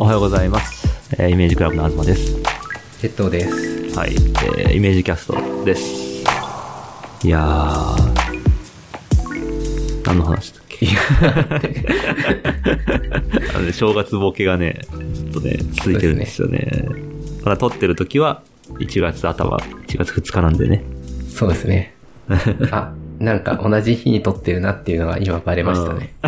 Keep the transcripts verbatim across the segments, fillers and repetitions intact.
おはようございます、えー、イメージクラブの東です。 鉄塔です。 はい、えー、イメージキャストです。いやー、何の話だっけあの、ね、正月ボケがねずっとね続いてるんですよ ね, ねまだ撮ってる時はいちがつ頭いちがつふつかなんでね。 そうですねあ、なんか同じ日に撮ってるなっていうのが今バレましたね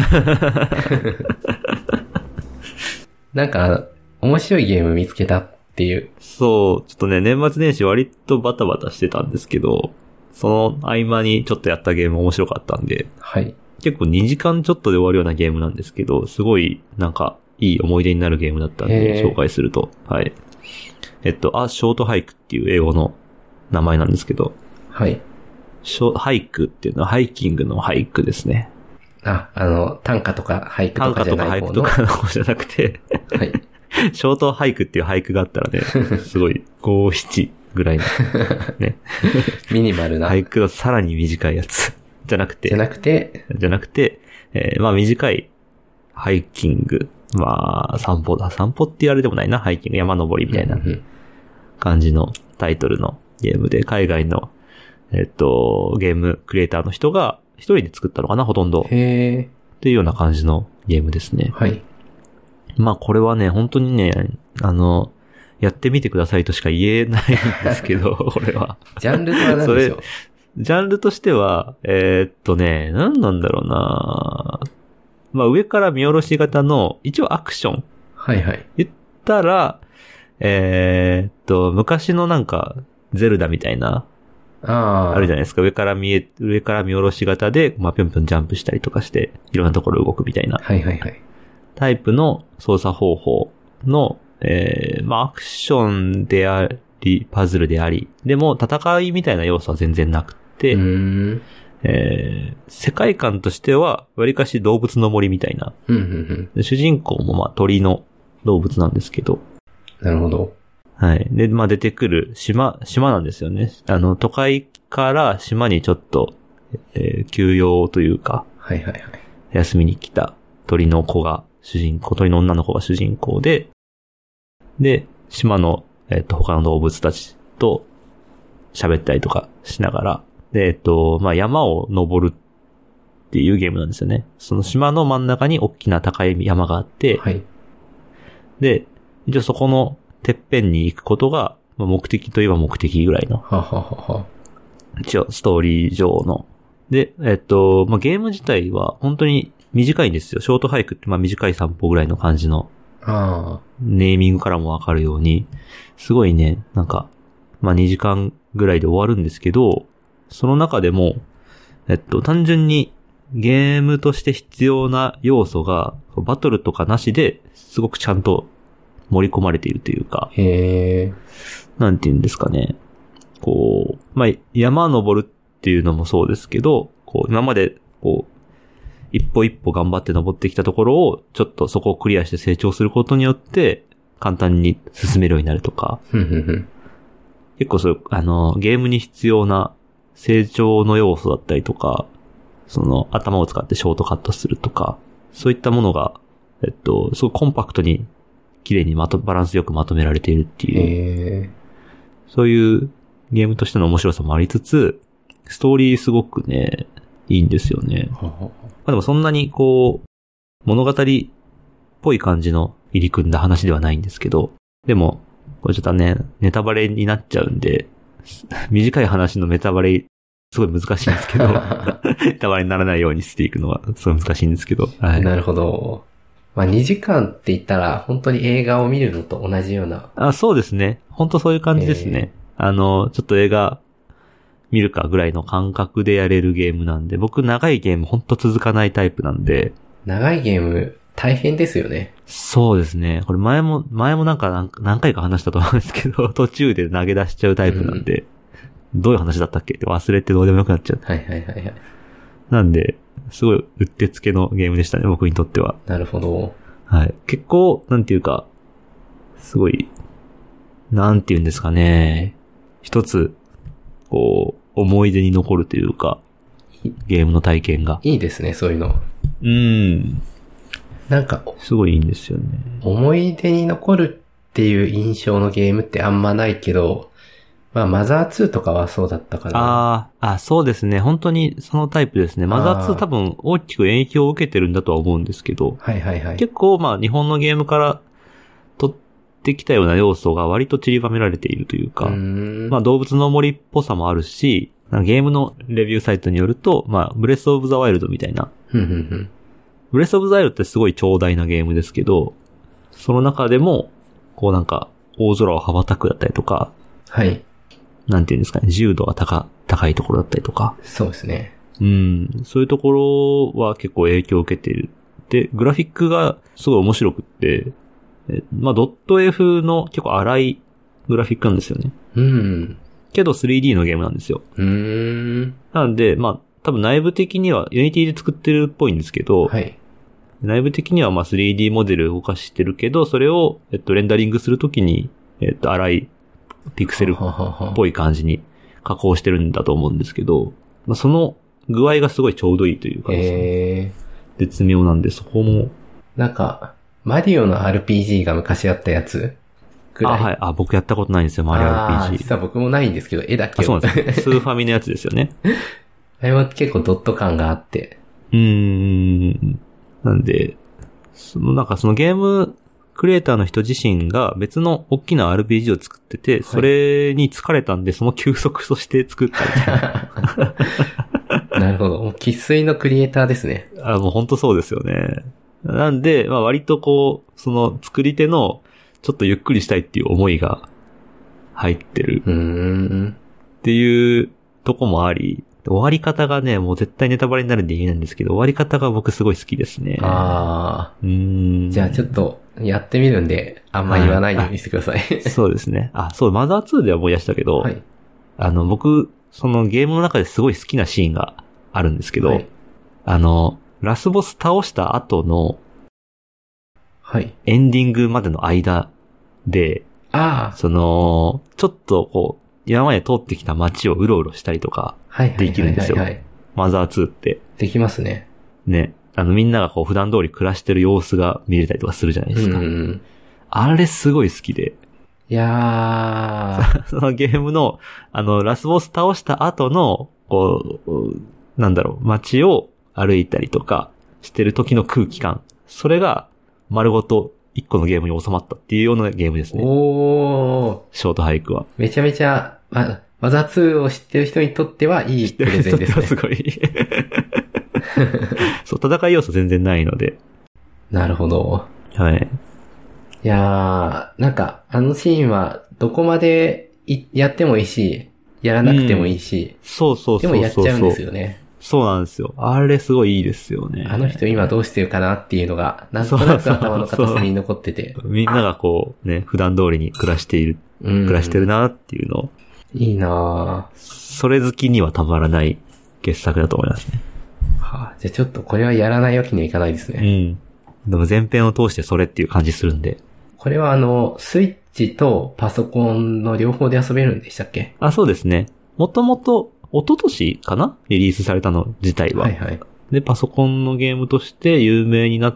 なんか面白いゲーム見つけたっていう。 そう、ちょっとね年末年始割とバタバタしてたんですけど、その合間にちょっとやったゲーム面白かったんで、 はい。 結構にじかんちょっとで終わるようなゲームなんですけど、すごいなんかいい思い出になるゲームだったんで紹介すると、はい。えっと、あ、ショートハイクっていう英語の名前なんですけど、 はい。 ショハイクっていうのはハイキングのハイクですね。 あ、あの、短歌とか俳句とかじゃない方の。 短歌とか俳句とかの方じゃなくて、 はい。 ショートハイクっていう俳句があったらね、すごいご、しちぐらいのね。 ミニマルな。 俳句のさらに短いやつ。じゃなくて。 じゃなくて。 じゃなくて、えー、まあ短いハイキング。まあ散歩だ。散歩って言われてもないな。ハイキング、山登りみたいな感じのタイトルのゲームで、海外の、えっと、ゲームクリエイターの人が一人で作ったのかな、ほとんど。 へー。 っていうような感じのゲームですね。 はい。 まあこれはね、本当にね、あの、やってみてくださいとしか言えないんですけど、これは。 ジャンルは何でしょう？ ジャンルとしては、えー、っとね、何なんだろうな。まあ上から見下ろし型の、一応アクション。 はいはい。 言ったら、えー、っと、昔のなんか、ゼルダみたいな、 あ, あるじゃないですか。上から見え、上から見下ろし型で、まあぴょんぴょんジャンプしたりとかして、いろんなところ動くみたいな。 はいはいはい。 タイプの操作方法の、えー、まあアクションであり、パズルであり、でも戦いみたいな要素は全然なくて、 うーん、 えー、世界観としては、わりかし動物の森みたいな。 うんうんうん、 主人公もまあ鳥の動物なんですけど。 なるほど。 はい。で、まあ出てくる島、島なんですよね。あの、都会から島にちょっと、えー、休養というか、 はいはいはい。 休みに来た鳥の子が主人公、鳥の女の子が主人公で、で、島の、えっと、他の動物たちと喋ったりとかしながら、で、えっと、まあ、山を登るっていうゲームなんですよね。その島の真ん中に大きな高い山があって、 はい。 で、一応そこのてっぺんに行くことが、まあ、目的といえば目的ぐらいの。 はははは。 一応ストーリー上の。で、えっと、まあ、ゲーム自体は本当に短いんですよ。ショートハイクってまあ短い散歩ぐらいの感じの。 ああ。 ネーミングからもわかるように、すごいね、なんか、まあにじかんぐらいで終わるんですけど、その中でも、えっと、単純にゲームとして必要な要素が、バトルとかなしですごくちゃんと盛り込まれているというか、 へー。 なんていうんですかね。こう、まあ、山登るっていうのもそうですけど、こう、今まで、こう、一歩一歩頑張って登ってきたところを、ちょっとそこをクリアして成長することによって、簡単に進めるようになるとか。結構そういう、あの、ゲームに必要な成長の要素だったりとか、その、頭を使ってショートカットするとか、そういったものが、えっと、すごいコンパクトに、綺麗にまと、バランスよくまとめられているっていう。 へー。 そういうゲームとしての面白さもありつつ、ストーリーすごくね、いいんですよね。 ははは。 まあでもそんなにこう、物語っぽい感じの入り組んだ話ではないんですけど、でも、これちょっとね、ネタバレになっちゃうんで、短い話のネタバレ、すごい難しいんですけど、ネタバレにならないようにしていくのは、すごい難しいんですけど。はい、 なるほど。まあにじかんって言ったら、本当に映画を見るのと同じような。 あ、そうですね。本当そういう感じですね。あの、ちょっと映画、見るかぐらいの感覚でやれるゲームなんで、僕長いゲームほんと続かないタイプなんで。 長いゲーム大変ですよね。 そうですね。これ前も、前もなんか何回か話したと思うんですけど、途中で投げ出しちゃうタイプなんで、うん、どういう話だったっけって忘れてどうでもよくなっちゃう。 はいはいはいはい。 なんで、すごいうってつけのゲームでしたね、僕にとっては。 なるほど。 はい。結構、なんていうか、すごい、なんていうんですかね。一つ、こう、思い出に残るというか、ゲームの体験が。 いいですね、そういうの。 うん。 なんか、 すごいいいんですよね。 思い出に残るっていう印象のゲームってあんまないけど、まあ、マザーツーとかはそうだったかな。 ああ、あ、そうですね。本当にそのタイプですね。マザーツー多分大きく影響を受けてるんだとは思うんですけど、 はいはいはい。 結構まあ日本のゲームから取ってきたような要素が割と散りばめられているというか、 うーんまあ動物の森っぽさもあるし、ゲームのレビューサイトによると、まあブレスオブザワイルドみたいな。 ふんふんふん。 ブレスオブザワイルドってすごい長大なゲームですけど、その中でも、こうなんか大空を羽ばたくだったりとか、 はい。 なんていうんですかね、自由度が高、高いところだったりとか。 そうですね。 うん。そういうところは結構影響を受けている。で、グラフィックがすごい面白くって、えまあ、ドット F の結構荒いグラフィックなんですよね。 うん。 けど スリーディー のゲームなんですよ。 うーん。 なんで、まあ、多分内部的には Unity で作ってるっぽいんですけど、 はい。 内部的にはまあ スリーディー モデル動かしてるけど、それを、えっと、レンダリングするときに、えっと、荒いピクセルっぽい感じに加工してるんだと思うんですけど、まあ、その具合がすごいちょうどいいというかですね、 えー、絶妙なんで、そこも。 なんか、マリオの アールピージー が昔あったやつぐらい。 あ、はい。あ、僕やったことないんですよ、マリオ アールピージー。 あ、実は僕もないんですけど、絵だけを。 あ、そうなんです。スーファミのやつですよね。 あれも結構ドット感があって。 うーん。なんで、そのなんかそのゲームクリエイターの人自身が別の大きな アールピージー を作ってて、それに疲れたんで、その休息として作ったみたいな。 なるほど。もう生粋のクリエイターですね。 あ、もう本当そうですよね。なんで、まあ割とこう、その作り手のちょっとゆっくりしたいっていう思いが入ってるうーん。 っていうとこもあり、終わり方がね、もう絶対ネタバレになるんで言えないんですけど、終わり方が僕すごい好きですね。 ああ。 うーん。 じゃあちょっとやってみるんで、あんま言わないようにしてください。 そうですね。あ、そう、マザーツーでは思い出したけど、 はい。 あの、僕、そのゲームの中ですごい好きなシーンがあるんですけど、 はい、 あの、ラスボス倒した後の、 はい。 エンディングまでの間で、 ああ。 その、ちょっとこう、今まで通ってきた街をうろうろしたりとか、できるんですよ。マザーツーって。 できますね。 ね。あの、みんながこう、普段通り暮らしてる様子が見れたりとかするじゃないですか。 うんうん、 あれすごい好きで。 いやー。そのゲームの、あの、ラスボス倒した後の、こう、なんだろう、街を歩いたりとかしてる時の空気感。それが、丸ごと一個のゲームに収まったっていうようなゲームですね。 おー。 ショート俳句は。 めちゃめちゃ、ま、マザーツーを知ってる人にとってはいいプレゼンですね。 すごい。そう、戦い要素全然ないので。 なるほど。 はい。 いやー、なんか、あのシーンはどこまでいやってもいいし、やらなくてもいいし、 うん、そうそうそうそう。 でもやっちゃうんですよね。 そうなんですよ。あれすごいいいですよね。 あの人今どうしてるかなっていうのが、なんとなく頭の片隅に残ってて。 そうそうそうみんながこう、ね、普段通りに暮らしている、暮らしてるなっていうのを。 いいなぁ。 それ好きにはたまらない傑作だと思いますね。 はあ、じゃあちょっとこれはやらないわけにはいかないですね。 うん。でも前編を通してそれっていう感じするんで。 これはあの、スイッチとパソコンの両方で遊べるんでしたっけ？ あ、そうですね。もともと、一昨年かなリリースされたの自体は。 はいはい。 で、パソコンのゲームとして有名になって、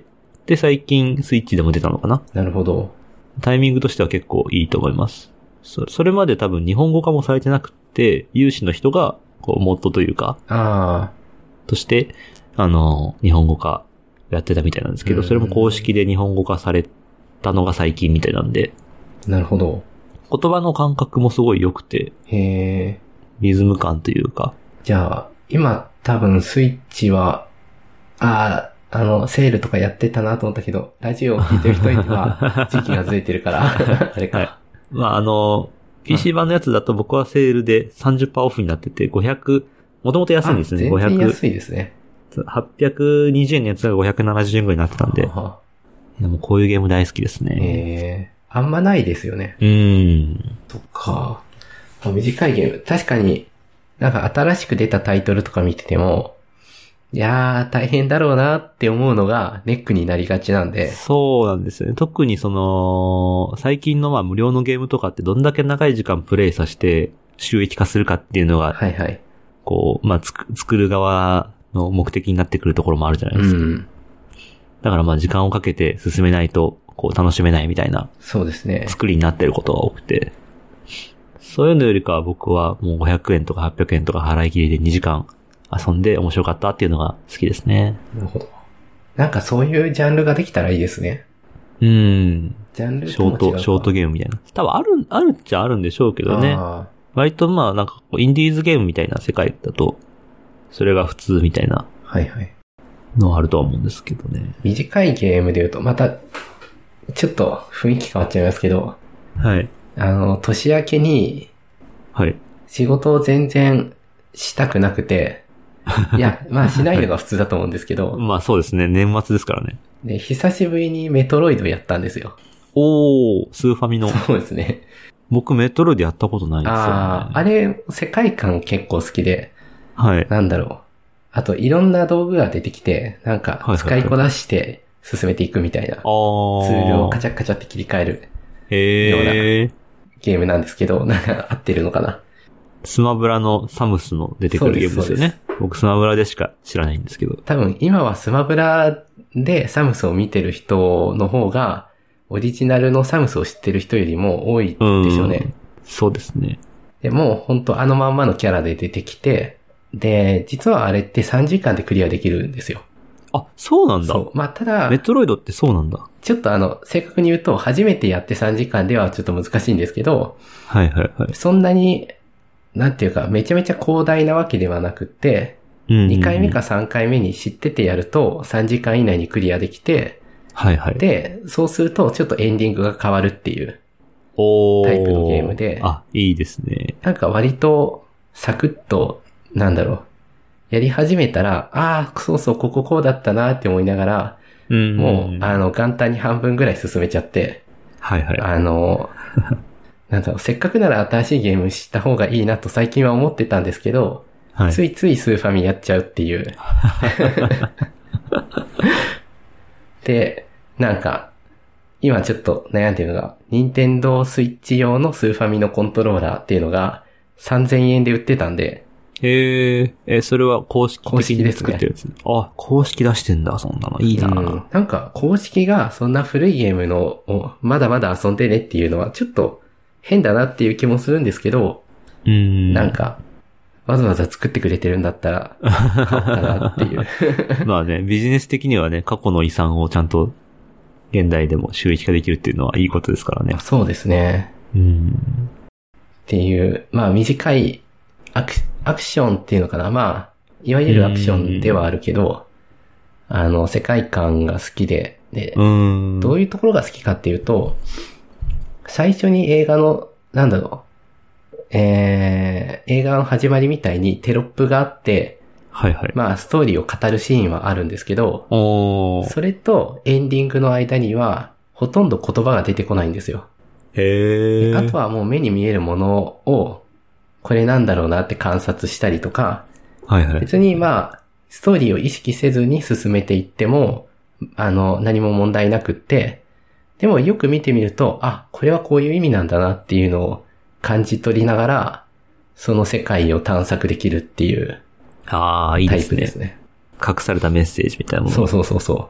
で、最近スイッチでも出たのかな？ なるほど。 タイミングとしては結構いいと思います。そ, それまで多分日本語化もされてなくて、有志の人が、こう、モッドというか、 ああ。 として、あの、日本語化やってたみたいなんですけど、それも公式で日本語化されたのが最近みたいなんで。 なるほど。 言葉の感覚もすごい良くて。 へえ。 リズム感というか。 じゃあ、今多分スイッチは、ああ、あの、セールとかやってたなと思ったけど、ラジオを聞いてる人には時期がずれてるから、あれか。はい。 まあ、あの、ピーシー 版のやつだと僕はセールで さんじゅっパーセント オフになってて、ごひゃく、もともと安いんですね。 全然安いですね。 はっぴゃくにじゅうえんのやつがごひゃくななじゅうえんぐらいになってたんで。ははいやもうこういうゲーム大好きですね。 ええー、あんまないですよね。 うーん。 そっか。短いゲーム。確かに、なんか新しく出たタイトルとか見てても、いやー、大変だろうなって思うのがネックになりがちなんで。 そうなんですよね。特にその、最近のまあ無料のゲームとかってどんだけ長い時間プレイさせて収益化するかっていうのが、 はいはい。 こう、まあつく、作る側の目的になってくるところもあるじゃないですか。うん、 だからまあ時間をかけて進めないと、こう楽しめないみたいなそうですね。 作りになってることが多くて、そういうのよりかは僕はもうごひゃくえんとかはっぴゃくえんとか払い切りでにじかん遊んで面白かったっていうのが好きですね。 なるほど。なんかそういうジャンルができたらいいですね。 うん。 ジャンルショート、ショートゲームみたいな。多分ある、あるっちゃあるんでしょうけどね。割とまあなんかこうインディーズゲームみたいな世界だと、それが普通みたいな。 はいはい。 のはあるとは思うんですけどね。 短いゲームで言うと、また、ちょっと雰囲気変わっちゃいますけど、 はい。 あの、年明けに、 はい。 仕事を全然したくなくて、いや、まあしないのが普通だと思うんですけど、 まあそうですね、年末ですからね。 で、久しぶりにメトロイドやったんですよ。 おー、スーファミの。 そうですね。 僕メトロイドやったことないんですよ、ね。 ああ、あれ、世界観結構好きで、 はい。 なんだろう。あと、いろんな道具が出てきて、なんか、使いこなして進めていくみたいな、ツールをカチャカチャって切り替えるようなゲームなんですけど、なんか合ってるのかな。 スマブラのサムスの出てくるゲームですよね。僕スマブラでしか知らないんですけど。 多分、今はスマブラでサムスを見てる人の方が、オリジナルのサムスを知ってる人よりも多いでしょうね。 そうですね。 でもう本当あのまんまのキャラで出てきて、で、実はあれってさんじかんでクリアできるんですよ。 あ、そうなんだ。 そう。まあ、ただ、 メトロイドってそうなんだ。 ちょっとあの、正確に言うと、初めてやってさんじかんではちょっと難しいんですけど、 はいはいはい。 そんなに、なんていうか、めちゃめちゃ広大なわけではなくって、うんうんうん、にかいめかさんかいめに知っててやると、さんじかん以内にクリアできて、 はいはい。 で、そうすると、ちょっとエンディングが変わるっていう、 おー、 タイプのゲームで、 あ、いいですね。 なんか割と、サクッと、なんだろう。やり始めたら、ああ、そうそう、こここうだったなって思いながら、うんうんうん、もう、あの、元旦に半分ぐらい進めちゃって、 はいはい。 あの、なんだろう、せっかくなら新しいゲームした方がいいなと最近は思ってたんですけど、はい、ついついスーファミやっちゃうっていう。で、なんか、今ちょっと悩んでるのが、任天堂スイッチ用のスーファミのコントローラーっていうのがさんぜんえんで売ってたんで、 へえ、え、それは公式的に作ってるやつ、ね、あ、公式出してんだ、そんなの。いいな、うん、 なんか、公式がそんな古いゲームのをまだまだ遊んでねっていうのはちょっと変だなっていう気もするんですけど、 うん。 なんか、わざわざ作ってくれてるんだったら、買おうかなっていう。 まあね、ビジネス的にはね、過去の遺産をちゃんと現代でも収益化できるっていうのはいいことですからね。 そうですね。 うん。 っていう、まあ短いアク、アクションっていうのかな。まあ、いわゆるアクションではあるけど、あの、世界観が好きで、で、 うんどういうところが好きかっていうと、最初に映画の、なんだろう、えー、映画の始まりみたいにテロップがあって、 はいはい。 まあ、ストーリーを語るシーンはあるんですけど、 おー。 それとエンディングの間には、ほとんど言葉が出てこないんですよ。 へー。 あとはもう目に見えるものを、これなんだろうなって観察したりとか、 はいはい。 別にまあ、ストーリーを意識せずに進めていっても、あの、何も問題なくって、でもよく見てみると、あ、これはこういう意味なんだなっていうのを感じ取りながら、その世界を探索できるっていうああ、いいですね。 タイプですね。 隠されたメッセージみたいなもの。 そうそうそうそう。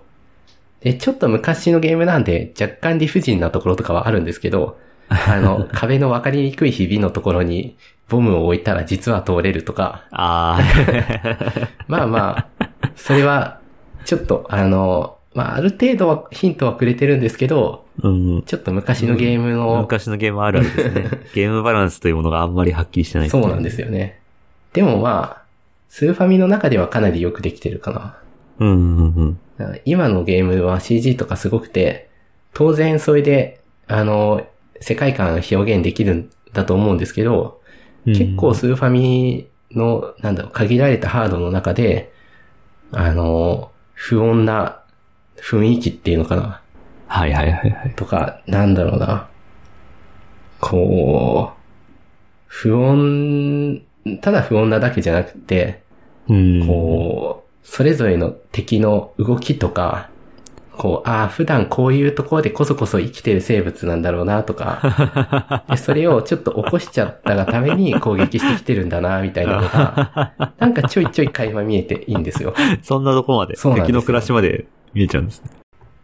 で、ちょっと昔のゲームなんで若干理不尽なところとかはあるんですけど、あの、壁の分かりにくいひびのところにボムを置いたら実は通れるとか。 ああ。 まあまあ、それは、ちょっと、あの、まあ、ある程度はヒントはくれてるんですけど、 うん、 ちょっと昔のゲームの、 うん、昔のゲームあるあるですね。ゲームバランスというものがあんまりはっきりしてない、 そうなんですよね。でもまあ、スーファミの中ではかなりよくできてるかな。 うんうんうん、 今のゲームは シージー とかすごくて、当然それで、あの、世界観を表現できるんだと思うんですけど、うん、結構スーファミの、なんだろう、限られたハードの中で、あの、不穏な雰囲気っていうのかな。 はいはいはいはい。 とか、なんだろうな。こう、不穏、ただ不穏なだけじゃなくて、 うん、 こう、それぞれの敵の動きとか、こう、ああ、普段こういうところでこそこそ生きてる生物なんだろうなとか、でそれをちょっと起こしちゃったがために攻撃してきてるんだな、みたいなのが、なんかちょいちょい垣間見えていいんですよ。 そんなとこまで、敵の暮らしまで見えちゃうんですね。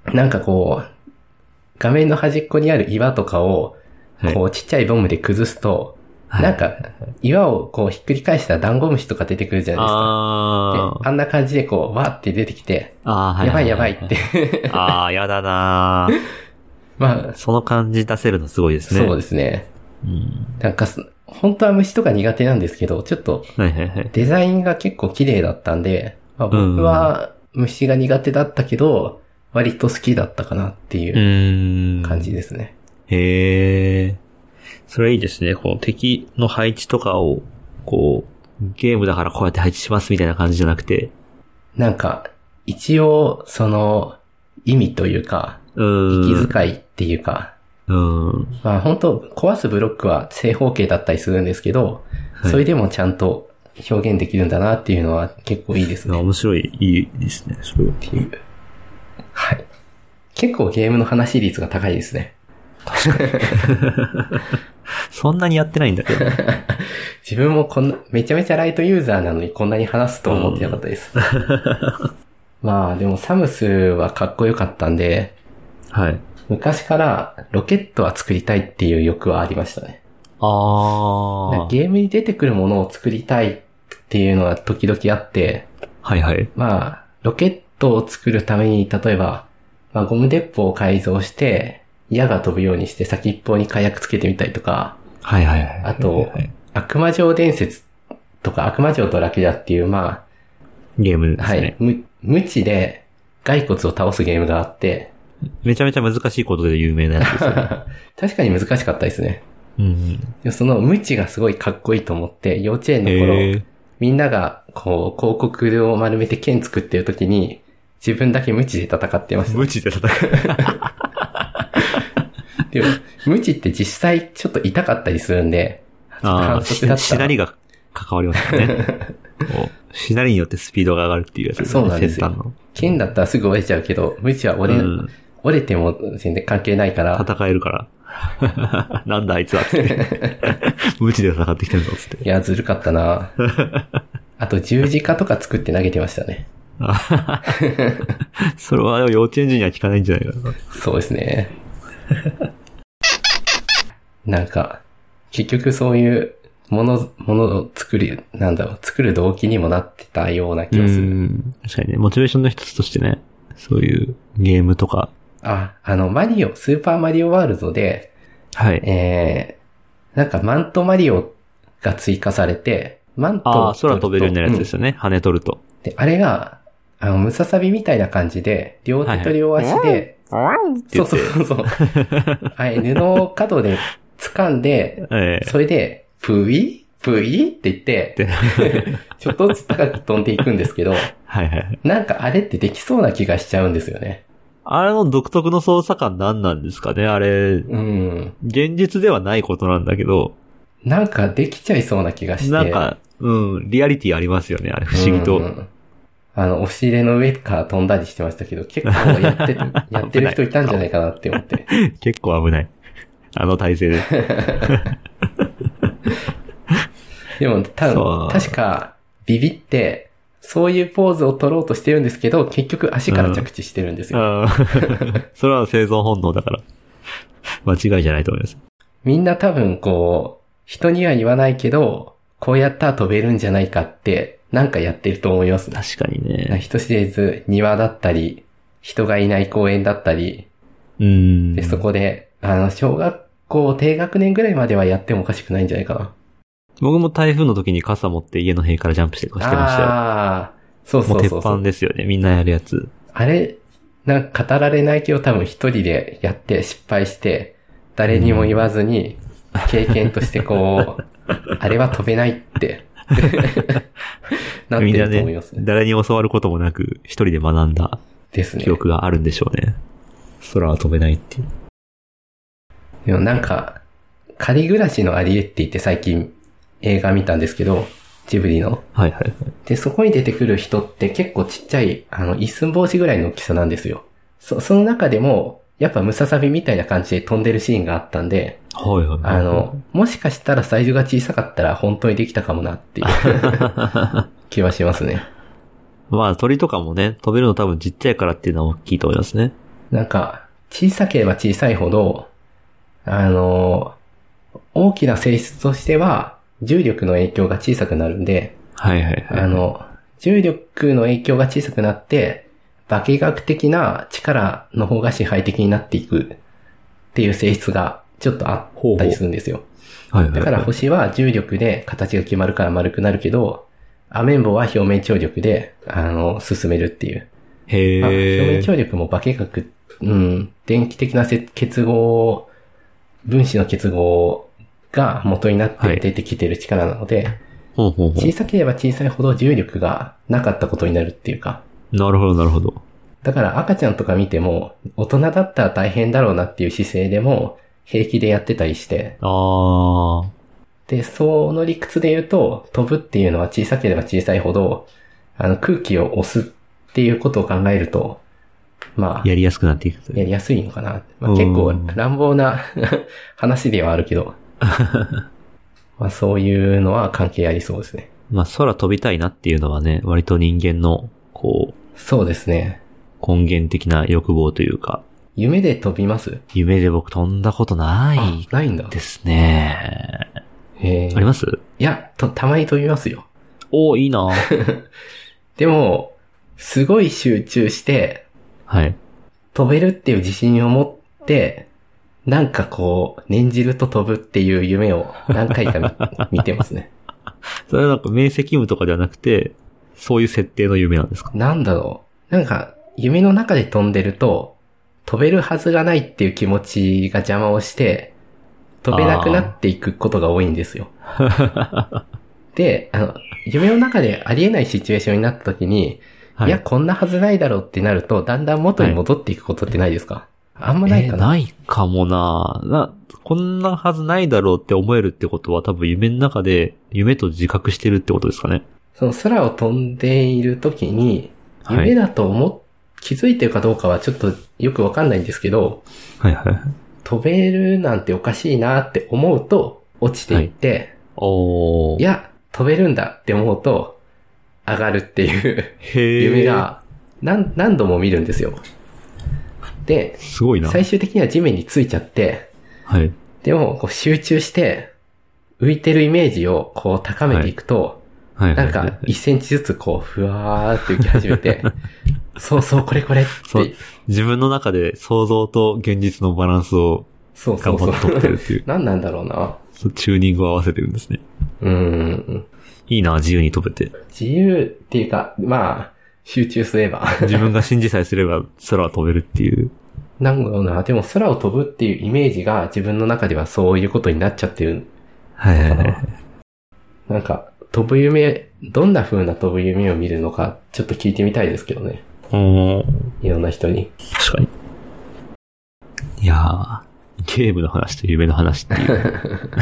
なんかこう、画面の端っこにある岩とかを、こうちっちゃいボムで崩すと、はい、なんか、岩をこうひっくり返したらダンゴムシとか出てくるじゃないですか。あで、あんな感じでこう、わーって出てきて、あー、はいはいはいはい、やばいやばいって。 あー、やだなー。まあ、その感じ出せるのすごいですね。 そうですね。うん、なんか、本当は虫とか苦手なんですけど、ちょっと、デザインが結構綺麗だったんで、まあ、僕は虫が苦手だったけど、割と好きだったかなっていう感じですね。 へー。それいいですね。この敵の配置とかを、こう、ゲームだからこうやって配置しますみたいな感じじゃなくて。 なんか、一応、その、意味というか、息遣いっていうか、うんまあ本当壊すブロックは正方形だったりするんですけど、はい、それでもちゃんと表現できるんだなっていうのは結構いいですね。 面白い、いいですね。それっていう。 はい。結構ゲームの話率が高いですね。 確かに。そんなにやってないんだけど。 自分もこんな、めちゃめちゃライトユーザーなのにこんなに話すと思ってなかったです。まあでもサムスはかっこよかったんで、はい。昔からロケットは作りたいっていう欲はありましたね。ああ。ゲームに出てくるものを作りたいっていうのは時々あって、はいはい。まあ、ロケットを作るために、例えば、まあ、ゴム鉄砲を改造して、矢が飛ぶようにして先っぽに火薬つけてみたりとか、はいはいはい。あと、はいはい、悪魔城伝説とか悪魔城ドラキュラっていう、まあ、 ゲームですね。 はい。無、無知で骸骨を倒すゲームがあって、 めちゃめちゃ難しいことで有名なやつですね。 確かに難しかったですね。うん、でその無知がすごいかっこいいと思って、幼稚園の頃、みんながこう広告を丸めて剣作ってる時に、自分だけ無知で戦ってました。 無知で戦う。 でも、無知って実際ちょっと痛かったりするんで、 反則だったら。しなりが関わりますね。しなりによってスピードが上がるっていうやつですね。 そうなんですよ。剣だったらすぐ折れちゃうけど、無知は折れ、うん、折れても全然関係ないから。 戦えるから。なんだあいつはって。無知で戦ってきてるのつって。 いや、ずるかったな。あと十字架とか作って投げてましたね。 それは幼稚園児には効かないんじゃないかな。 そうですね。なんか、結局そういうもの、ものを作る、なんだろう、作る動機にもなってたような気がする。うん。 確かにね、モチベーションの一つとしてね、そういうゲームとか。 あ、あの、マリオ、スーパーマリオワールドで、はい。えー、なんかマントマリオが追加されて、マントああ、空飛べるようになるやつですよね、うん、羽取ると。 で、あれが、あの、ムササビみたいな感じで、両手と両足で、はいはい、そうそうそう。はい、布を角で掴んで、えー、それで、プイプイって言って、ちょっとずつ高く飛んでいくんですけど、はいはい。なんかあれってできそうな気がしちゃうんですよね。 あれの独特の操作感何なんですかね、あれ。うん。現実ではないことなんだけど。 なんかできちゃいそうな気がして。 なんか、うん、リアリティありますよね、あれ不思議と。うん、 あの、押し入れの上から飛んだりしてましたけど、結構やってて、やってる人いたんじゃないかなって思って。 結構危ない。あの体勢で。 でも多分、確か、ビビって、そういうポーズを取ろうとしてるんですけど、結局足から着地してるんですよ。うん、 それは生存本能だから。間違いじゃないと思います。 みんな多分こう、人には言わないけど、こうやったら飛べるんじゃないかって、なんかやってると思いますね。 確かにね。 人知れず庭だったり、人がいない公園だったり、うん。で、そこで、あの、小学校低学年ぐらいまではやってもおかしくないんじゃないかな。 僕も台風の時に傘持って家の塀からジャンプしてとかしてましたよ。ああ、そうそうそうそう。もう鉄板ですよね。みんなやるやつ。 あれ、なんか語られないけど多分一人でやって失敗して、誰にも言わずに、経験としてこう、あれは飛べないって、なってると思いますね。 みんなね、誰に教わることもなく、一人で学んだ記憶があるんでしょうね。空は飛べないっていう。 でもなんか、仮暮らしのアリエッティって最近映画見たんですけど、ジブリの。はいはいはい。で、そこに出てくる人って結構ちっちゃい、あの、一寸法師ぐらいの大きさなんですよ。そ、その中でも、やっぱムササビみたいな感じで飛んでるシーンがあったんで、はいはいはい、あの、もしかしたらサイズが小さかったら本当にできたかもなっていう気はしますね。 まあ鳥とかもね、飛べるの多分ちっちゃいからっていうのは大きいと思いますね。 なんか、小さければ小さいほど、あの、大きな性質としては、重力の影響が小さくなるんで、 はいはいはい。 あの、重力の影響が小さくなって、化学的な力の方が支配的になっていくっていう性質がちょっとあったりするんですよ。 はいはいはい、 だから星は重力で形が決まるから丸くなるけど、アメンボは表面張力で、あの、進めるっていう。 へー。 まあ、表面張力も化学、うん、電気的な結合、分子の結合が元になって出てきてる力なので、はい、 ほうほうほう、 小さければ小さいほど重力がなかったことになるっていうか。 なるほどなるほど。 だから赤ちゃんとか見ても、大人だったら大変だろうなっていう姿勢でも平気でやってたりして。 あー。 で、その理屈で言うと、飛ぶっていうのは小さければ小さいほど、あの空気を押すっていうことを考えると、まあ。 やりやすくなっていく。 やりやすいのかな。まあ、結構乱暴な話ではあるけど。まあそういうのは関係ありそうですね。 まあ空飛びたいなっていうのはね、割と人間の、こう。 そうですね。 根源的な欲望というか。 夢で飛びます？ 夢で僕飛んだことないないんだですね。 へー。 あります？ いや、と、たまに飛びますよ。 おー、いいなでも、すごい集中して、 はい。 飛べるっていう自信を持って、なんかこう、念じると飛ぶっていう夢を何回か 見, 見てますね。 それはなんか明晰夢とかではなくて、そういう設定の夢なんですか？ なんだろう。なんか、夢の中で飛んでると、飛べるはずがないっていう気持ちが邪魔をして、飛べなくなっていくことが多いんですよ。で、あの、夢の中でありえないシチュエーションになった時に、はい、いや、こんなはずないだろうってなると、だんだん元に戻っていくことってないですか？はい、あんまないかな、 えー、ないかもなな。こんなはずないだろうって思えるってことは多分夢の中で夢と自覚してるってことですかね。 その空を飛んでいる時に、夢だと思っ、はい、気づいてるかどうかはちょっとよくわかんないんですけど、 はいはい。 飛べるなんておかしいなって思うと落ちていって、はい、 おー。 いや、飛べるんだって思うと上がるっていう夢が 何, 何度も見るんですよ。で、 すごいな。 最終的には地面についちゃって、 はい。 でもこう集中して浮いてるイメージをこう高めていくと、はいはいはいはい、なんかいっセンチずつこうふわーって浮き始めて、そうそうこれこれって。 そう。自分の中で想像と現実のバランスを頑張って取ってるっていう。 そうそうそう何なんだろうな。 そう、チューニングを合わせてるんですね。 うーん。 いいな、自由に飛べて。 自由っていうか、まあ、集中すれば。 自分が信じさえすれば空は飛べるっていう。 なんだろうな。でも空を飛ぶっていうイメージが自分の中ではそういうことになっちゃってる。 はいはいはい。 なんか、飛ぶ夢、どんな風な飛ぶ夢を見るのか、ちょっと聞いてみたいですけどね。 おー。 いろんな人に。 確かに。いやー、ゲームの話と夢の話っていう。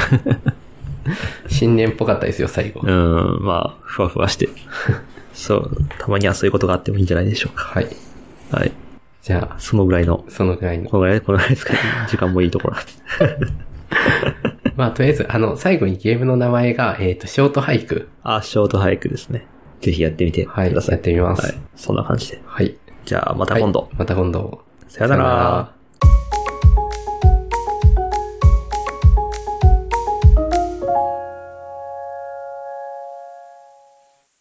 新年っぽかったですよ、最後。 うん、まあ、ふわふわして。そう、たまにはそういうことがあってもいいんじゃないでしょうか。 はい。 はい。 じゃあ、 そのぐらいの。 そのぐらいの。 このぐらい、このぐらいですかね。時間もいいところ。 まあ、とりあえず、あの、最後にゲームの名前が、えっと、ショート俳句。 あ、ショート俳句ですね。ぜひやってみてください。 はい、やってみます。 はい。そんな感じで。 はい。 じゃあ、また今度。 はい、また今度。 さよなら。